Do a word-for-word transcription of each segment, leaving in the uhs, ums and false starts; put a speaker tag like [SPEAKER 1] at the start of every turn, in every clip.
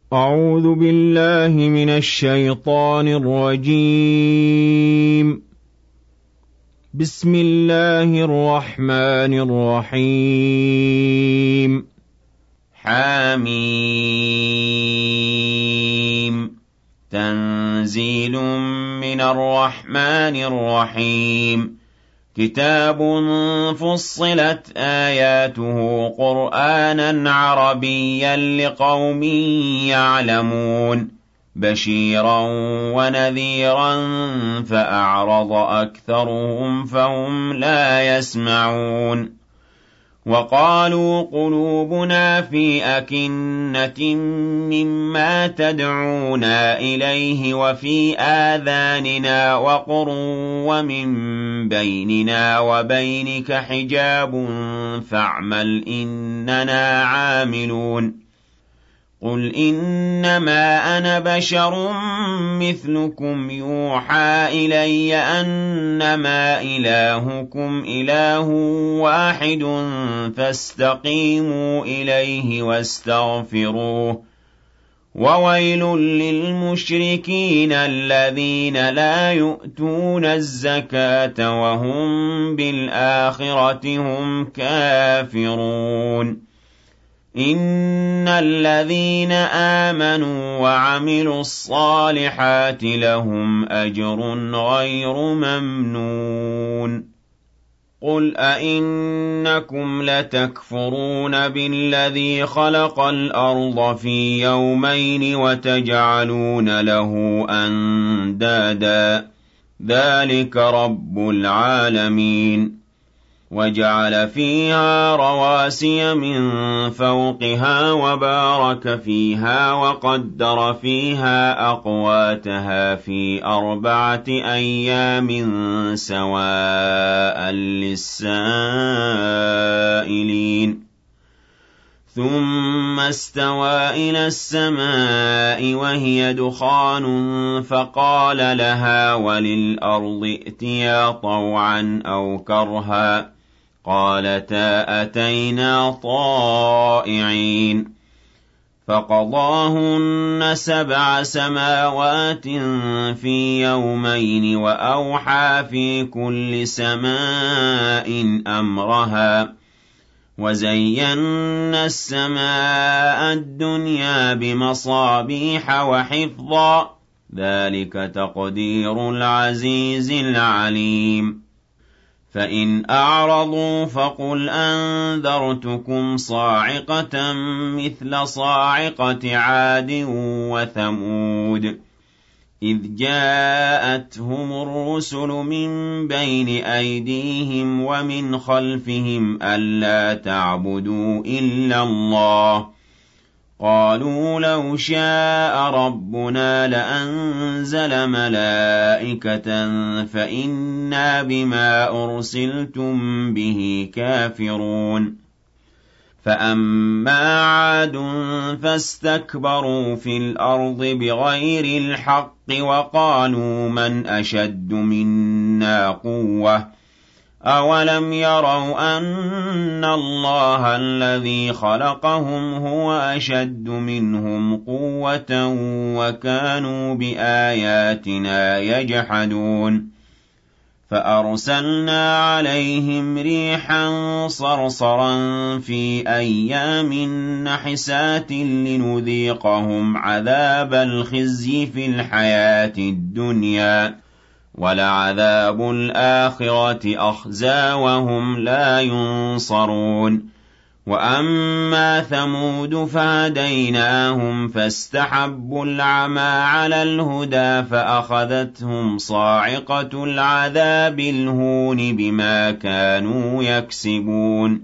[SPEAKER 1] أعوذ بالله من الشيطان الرجيم. بسم الله الرحمن الرحيم.
[SPEAKER 2] حميم. تنزيل من الرحمن الرحيم. كتاب فصلت آياته قرآنا عربيا لقوم يعلمون بشيرا ونذيرا فأعرض أكثرهم فهم لا يسمعون. وقالوا قلوبنا في أكنة مما تدعونا إليه وفي آذاننا وقر ومن بيننا وبينك حجاب فاعمل إننا عاملون. قل إنما أنا بشر مثلكم يوحى إلي أنما إلهكم إله واحد فاستقيموا إليه واستغفروه. وويل للمشركين الذين لا يؤتون الزكاة وهم بالآخرة هم كافرون. إن الذين آمنوا وعملوا الصالحات لهم أجر غير ممنون. قل أئنكم لتكفرون بالذي خلق الأرض في يومين وتجعلون له أندادا ذلك رب العالمين. وجعل فيها رواسي من فوقها وبارك فيها وقدر فيها أقواتها في أربعة أيام سواء للسائلين. ثم استوى إلى السماء وهي دخان فقال لها وللأرض ائتيا طوعا أو كرها قالتا أتينا طائعين. فقضاهن سبع سماوات في يومين وأوحى في كل سماء أمرها. وزينا السماء الدنيا بمصابيح وحفظا ذلك تقدير العزيز العليم. فإن أعرضوا فقل أنذرتكم صاعقة مثل صاعقة عاد وثمود إذ جاءتهم الرسل من بين أيديهم ومن خلفهم ألا تعبدوا إلا الله قالوا لو شاء ربنا لأنزل ملائكة فإنا بما أرسلتم به كافرون. فأما عاد فاستكبروا في الأرض بغير الحق وقالوا من أشد منا قوة أولم يروا أن الله الذي خلقهم هو أشد منهم قوة وكانوا بآياتنا يجحدون. فأرسلنا عليهم ريحا صرصرا في أيام نحسات لنذيقهم عذاب الخزي في الحياة الدنيا ولعذاب الآخرة أخزى وهم لا ينصرون. وأما ثمود فهديناهم فاستحبوا العمى على الهدى فأخذتهم صاعقة العذاب الهون بما كانوا يكسبون.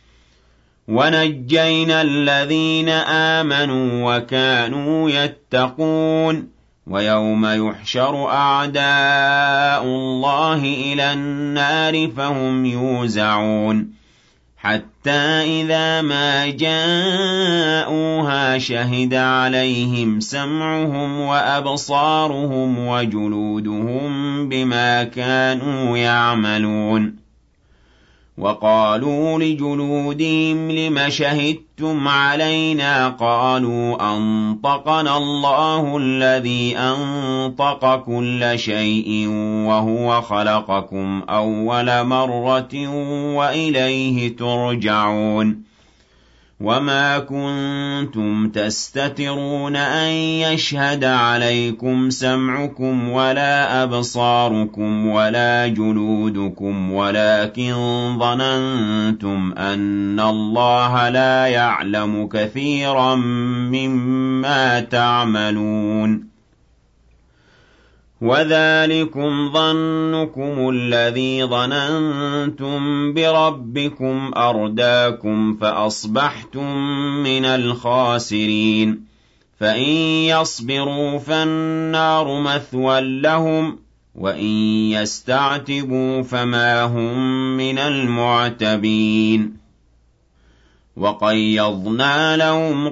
[SPEAKER 2] ونجينا الذين آمنوا وكانوا يتقون. ويوم يحشر أعداء الله إلى النار فهم يوزعون حتى إذا ما جاءوها شهد عليهم سمعهم وأبصارهم وجلودهم بما كانوا يعملون. وَقَالُوا لِجُلُودِهِمْ لِمَ شَهِدتُّمْ عَلَيْنَا قَالُوا أَنطَقَنَا اللَّهُ الَّذِي أَنطَقَ كُلَّ شَيْءٍ وَهُوَ خَلَقَكُمْ أَوَّلَ مَرَّةٍ وَإِلَيْهِ تُرْجَعُونَ وَمَا كُنتُمْ تَسْتَتِرُونَ أَن يَشْهَدَ عَلَيْكُمْ سَمْعُكُمْ وَلَا أَبْصَارُكُمْ وَلَا جُلُودُكُمْ وَلَٰكِن ظَنَنتُمْ أَنَّ اللَّهَ لَا يَعْلَمُ كَثِيرًا مِّمَّا تَعْمَلُونَ وَذَٰلِكُمْ ظَنُّكُمُ الَّذِي ظَنَنتُم بِرَبِّكُمْ أَرْدَاكُمْ فَأَصْبَحْتُم مِّنَ الْخَاسِرِينَ فَإِن يَصْبِرُوا فَالنَّارُ مَثْوًى لَّهُمْ وَإِن يَسْتَعْتِبُوا فَمَا هُم مِّنَ الْمُعْتَبِينَ وَقَيَّضْنَا لَهُمْ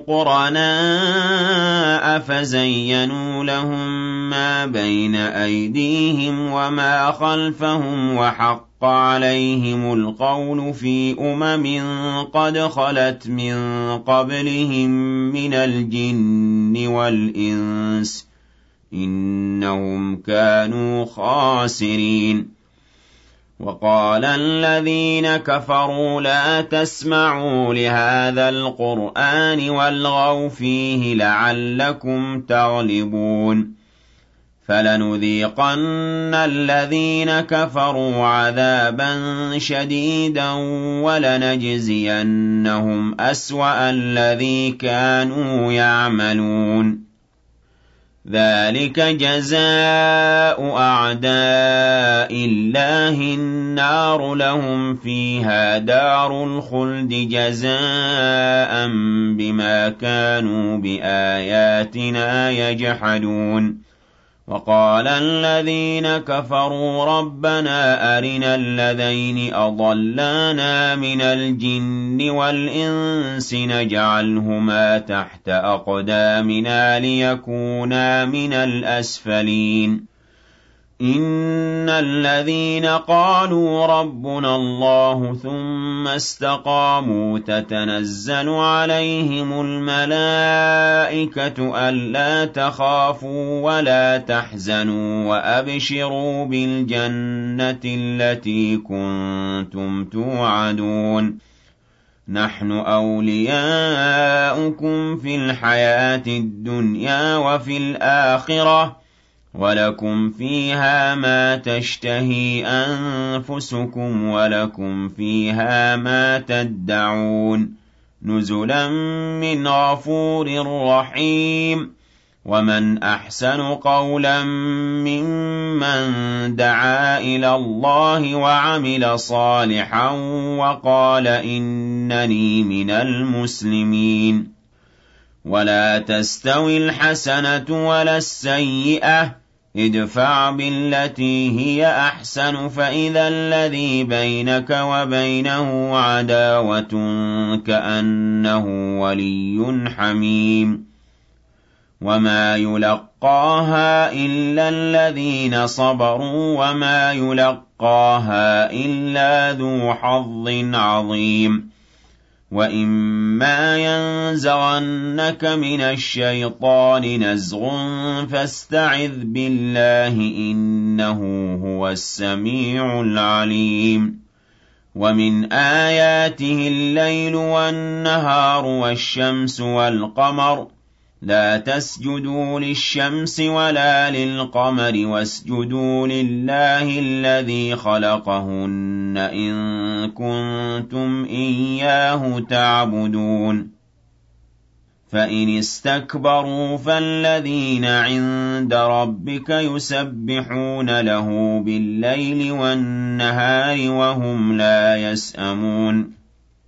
[SPEAKER 2] قُرَنَاءَ فَزَيَّنُوا لَهُم مَّا بَيْنَ أَيْدِيهِمْ وَمَا خَلْفَهُمْ وَحَقَّ عَلَيْهِمُ الْقَوْلُ فِي أُمَمٍ قَدْ خَلَتْ مِن قَبْلِهِم مِّنَ الْجِنِّ وَالْإِنسِ ۖ إِنَّهُمْ كَانُوا خَاسِرِينَ وَقَالَ الَّذِينَ كَفَرُوا لَا تَسْمَعُوا لِهَٰذَا الْقُرْآنِ وَالْغَوْا فِيهِ لَعَلَّكُمْ تَغْلِبُونَ فَلَنُذِيقَنَّ الَّذِينَ كَفَرُوا عَذَابًا شَدِيدًا وَلَنَجْزِيَنَّهُمْ أَسْوَأَ الَّذِي كَانُوا يَعْمَلُونَ ذَلِكَ جَزَاءُ أَعْدَاءِ اللَّهِ النَّارُ لَهُمْ فِيهَا دَارُ الْخُلْدِ جَزَاءً بِمَا كَانُوا بِآيَاتِنَا يَجْحَدُونَ وَقَالَ الَّذِينَ كَفَرُوا رَبَّنَا أَرِنَا اللَّذَيْنِ أَضَلَّانَا مِنَ الْجِنِّ وَالْإِنسِ نَجْعَلْهُمَا تَحْتَ أَقْدَامِنَا لِيَكُونَا مِنَ الْأَسْفَلِينَ إِنَّ الَّذِينَ قَالُوا رَبُّنَا اللَّهُ ثُمَّ اسْتَقَامُوا تَتَنَزَّلُ عَلَيْهِمُ الْمَلَائِكَةُ أَلَّا تَخَافُوا وَلَا تَحْزَنُوا وَأَبْشِرُوا بِالْجَنَّةِ الَّتِي كُنتُمْ تُوعَدُونَ نَحْنُ أَوْلِيَاؤُكُمْ فِي الْحَيَاةِ الدُّنْيَا وَفِي الْآخِرَةِ وَلَكُمْ فِيهَا مَا تَشْتَهِي أَنفُسُكُمْ وَلَكُمْ فِيهَا مَا تَدَّعُونَ نُزُلًا مِّنْ غَفُورٍ رَّحِيمٍ وَمَنْ أَحْسَنُ قَوْلًا مِّمَّن دَعَا إِلَى اللَّهِ وَعَمِلَ صَالِحًا وَقَالَ إِنَّنِي مِنَ الْمُسْلِمِينَ وَلَا تَسْتَوِي الْحَسَنَةُ وَلَا السَّيِّئَةُ ادْفَعْ بِالَّتِي هِيَ أَحْسَنُ فَإِذَا الَّذِي بَيْنَكَ وَبَيْنَهُ عَدَاوَةٌ كَأَنَّهُ وَلِيٌّ حَمِيمٌ وَمَا يُلَقَّاهَا إِلَّا الَّذِينَ صَبَرُوا وَمَا يُلَقَّاهَا إِلَّا ذُو حَظٍّ عَظِيمٍ وَإِمَّا يَنزَغَنَّكَ مِنَ الشَّيْطَانِ نَزْغٌ فَاسْتَعِذْ بِاللَّهِ ۖ إِنَّهُ هُوَ السَّمِيعُ الْعَلِيمُ وَمِنْ آيَاتِهِ اللَّيْلُ وَالنَّهَارُ وَالشَّمْسُ وَالْقَمَرُ لَا تَسْجُدُوا لِلشَّمْسِ وَلَا لِلْقَمَرِ وَاسْجُدُوا لِلَّهِ الَّذِي خَلَقَهُنَّ إِن كُنتُمْ إِيَّاهُ تَعْبُدُونَ فَإِنِ اسْتَكْبَرُوا فَالَّذِينَ عِندَ رَبِّكَ يُسَبِّحُونَ لَهُ بِاللَّيْلِ وَالنَّهَارِ وَهُمْ لَا يَسْأَمُونَ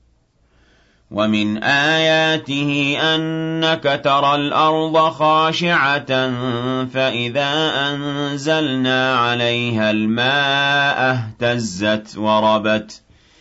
[SPEAKER 2] وَمِنْ آيَاتِهِ أَنَّكَ تَرَى الْأَرْضَ خَاشِعَةً فَإِذَا أَنزَلْنَا عَلَيْهَا الْمَاءَ اهْتَزَّتْ وَرَبَتْ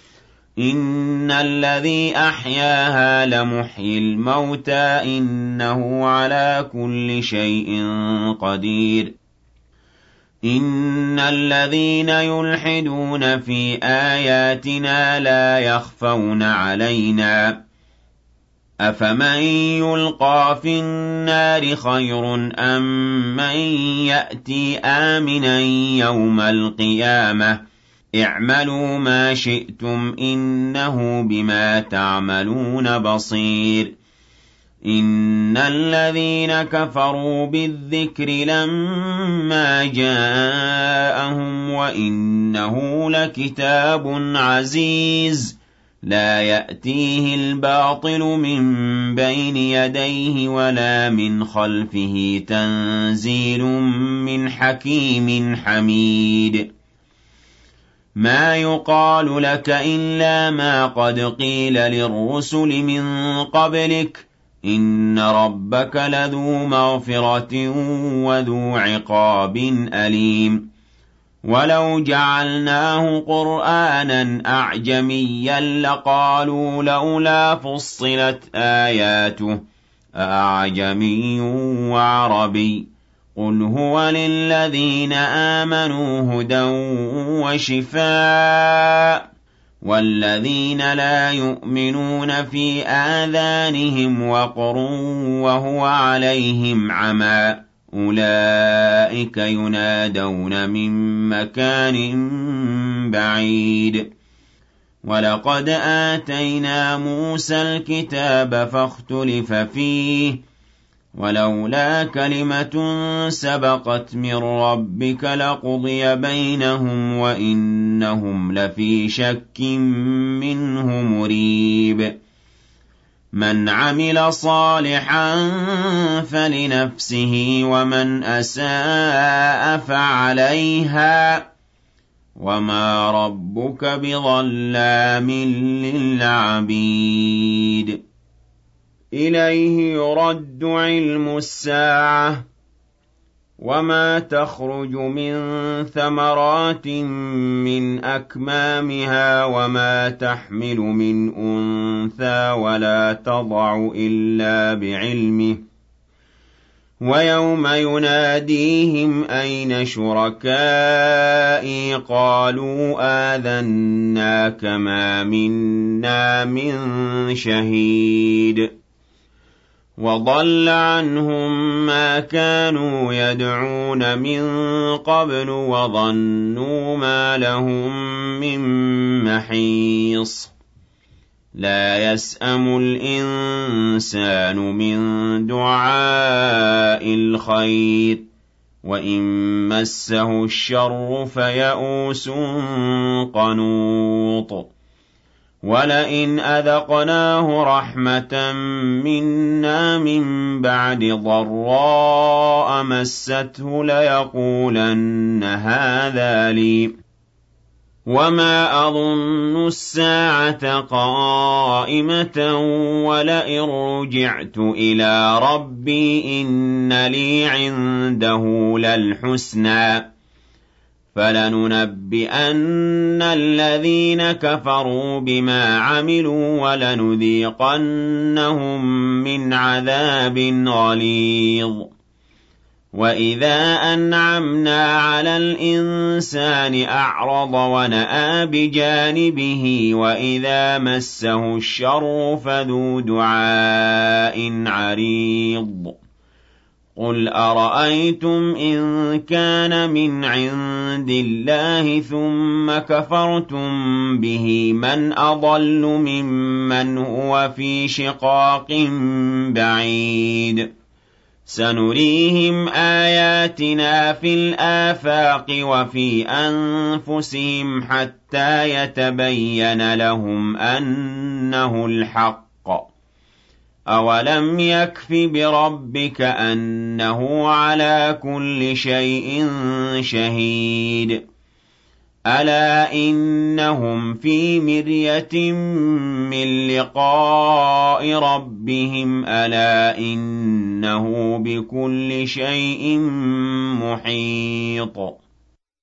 [SPEAKER 2] إِنَّ الَّذِي أَحْيَاهَا لَمُحْيِي الْمَوْتَىٰ إِنَّهُ عَلَىٰ كُلِّ شَيْءٍ قَدِيرٌ إِنَّ الَّذِينَ يُلْحِدُونَ فِي آيَاتِنَا لَا يَخْفَوْنَ عَلَيْنَا أَفَمَن يُلْقَىٰ فِي النَّارِ خَيْرٌ أَم مَّن يَأْتِي آمِنًا يَوْمَ الْقِيَامَةِ اعْمَلُوا مَا شِئْتُمْ إِنَّهُ بِمَا تَعْمَلُونَ بَصِيرٌ إِنَّ الَّذِينَ كَفَرُوا بِالذِّكْرِ لَمَّا جَاءَهُمْ وَإِنَّهُ لَكِتَابٌ عَزِيزٌ لَا يَأْتِيهِ الْبَاطِلُ مِن بَيْنِ يَدَيْهِ وَلَا مِنْ خَلْفِهِ تَنزِيلٌ مِّنْ حَكِيمٍ حَمِيدٍ مَا يُقَالُ لَكَ إِلَّا مَا قَدْ قِيلَ لِلرُّسُلِ مِن قَبْلِكَ إِنَّ رَبَّكَ لَذُو مَغْفِرَةٍ وَذُو عِقَابٍ أَلِيمٍ وَلَوْ جَعَلْنَاهُ قُرْآنًا أَعْجَمِيًّا لَّقَالُوا لَوْلَا فُصِّلَتْ آيَاتُهُ أَأَعْجَمِيٌّ وَعَرَبِيٌّ قُلْ هُوَ لِلَّذِينَ آمَنُوا هُدًى وَشِفَاءٌ وَالَّذِينَ لَا يُؤْمِنُونَ فِي آذَانِهِمْ وَقْرٌ وَهُوَ عَلَيْهِمْ عَمًى أُولَٰئِكَ يُنَادَوْنَ مِن مَّكَانٍ بَعِيدٍ وَلَقَدْ آتَيْنَا مُوسَى الْكِتَابَ فَاخْتُلِفَ فِيهِ وَلَوْلَا كَلِمَةٌ سَبَقَتْ مِن رَّبِّكَ لَقُضِيَ بَيْنَهُمْ وَإِنَّهُمْ لَفِي شَكٍّ مِّنْهُ مُرِيبٍ مَنْ عَمِلَ صَالِحًا فَلِنَفْسِهِ وَمَنْ أَسَاءَ فَعَلَيْهَا وَمَا رَبُّكَ بِظَلَّامٍ لِّلْعَبِيدِ إِلَيْهِ يُرَدُّ عِلْمُ السَّاعَةِ وَمَا تَخْرُجُ مِن ثَمَرَاتٍ مِّنْ أَكْمَامِهَا وَمَا تَحْمِلُ مِنْ أُنثَىٰ وَلَا تَضَعُ إِلَّا بِعِلْمِهِ وَيَوْمَ يُنَادِيهِمْ أَيْنَ شُرَكَائِي قَالُوا آذَنَّاكَ مَا مِنَّا مِن شَهِيدٍ وَضَلَّ عَنْهُم مَّا كَانُوا يَدْعُونَ مِن قَبْلُ وَظَنُّوا مَا لَهُم مِّن مَّحِيصٍ لَا يَسْأَمُ الْإِنسَانُ مِن دُعَاءِ الْخَيْرِ وَإِن مَّسَّهُ الشَّرُّ فَيَئُوسٌ قَنُوطٌ وَلَئِنْ أَذَقْنَاهُ رَحْمَةً مِّنَّا مِن بَعْدِ ضَرَّاءَ مَسَّتْهُ لَيَقُولَنَّ هَٰذَا لِي وَمَا أَظُنُّ السَّاعَةَ قَائِمَةً وَلَئِن رُّجِعْتُ إِلَىٰ رَبِّي إِنَّ لِي عِندَهُ لَلْحُسْنَىٰ فَلَنُنَبِّئَنَّ الَّذِينَ كَفَرُوا بِمَا عَمِلُوا وَلَنُذِيقَنَّهُم مِّنْ عَذَابٍ غَلِيظٍ وَإِذَا أَنْعَمْنَا عَلَى الْإِنسَانِ أَعْرَضَ وَنَأَىٰ بِجَانِبِهِ وَإِذَا مَسَّهُ الشَّرُّ فَذُو دُعَاءٍ عَرِيضٍ قُلْ أَرَأَيْتُمْ إِن كَانَ مِنْ عِندِ اللَّهِ ثُمَّ كَفَرْتُم بِهِ مَنْ أَضَلُّ مِمَّنْ هُوَ فِي شِقَاقٍ بَعِيدٍ سَنُرِيهِمْ آيَاتِنَا فِي الْآفَاقِ وَفِي أَنفُسِهِمْ حَتَّىٰ يَتَبَيَّنَ لَهُمْ أَنَّهُ الْحَقُّ أَوَلَمْ يَكْفِ بِرَبِّكَ أَنَّهُ عَلَىٰ كُلِّ شَيْءٍ شَهِيدٌ أَلَا إِنَّهُمْ فِي مِرْيَةٍ مِّن لِّقَاءِ رَبِّهِمْ أَلَا إِنَّهُ بِكُلِّ شَيْءٍ مُّحِيطٌ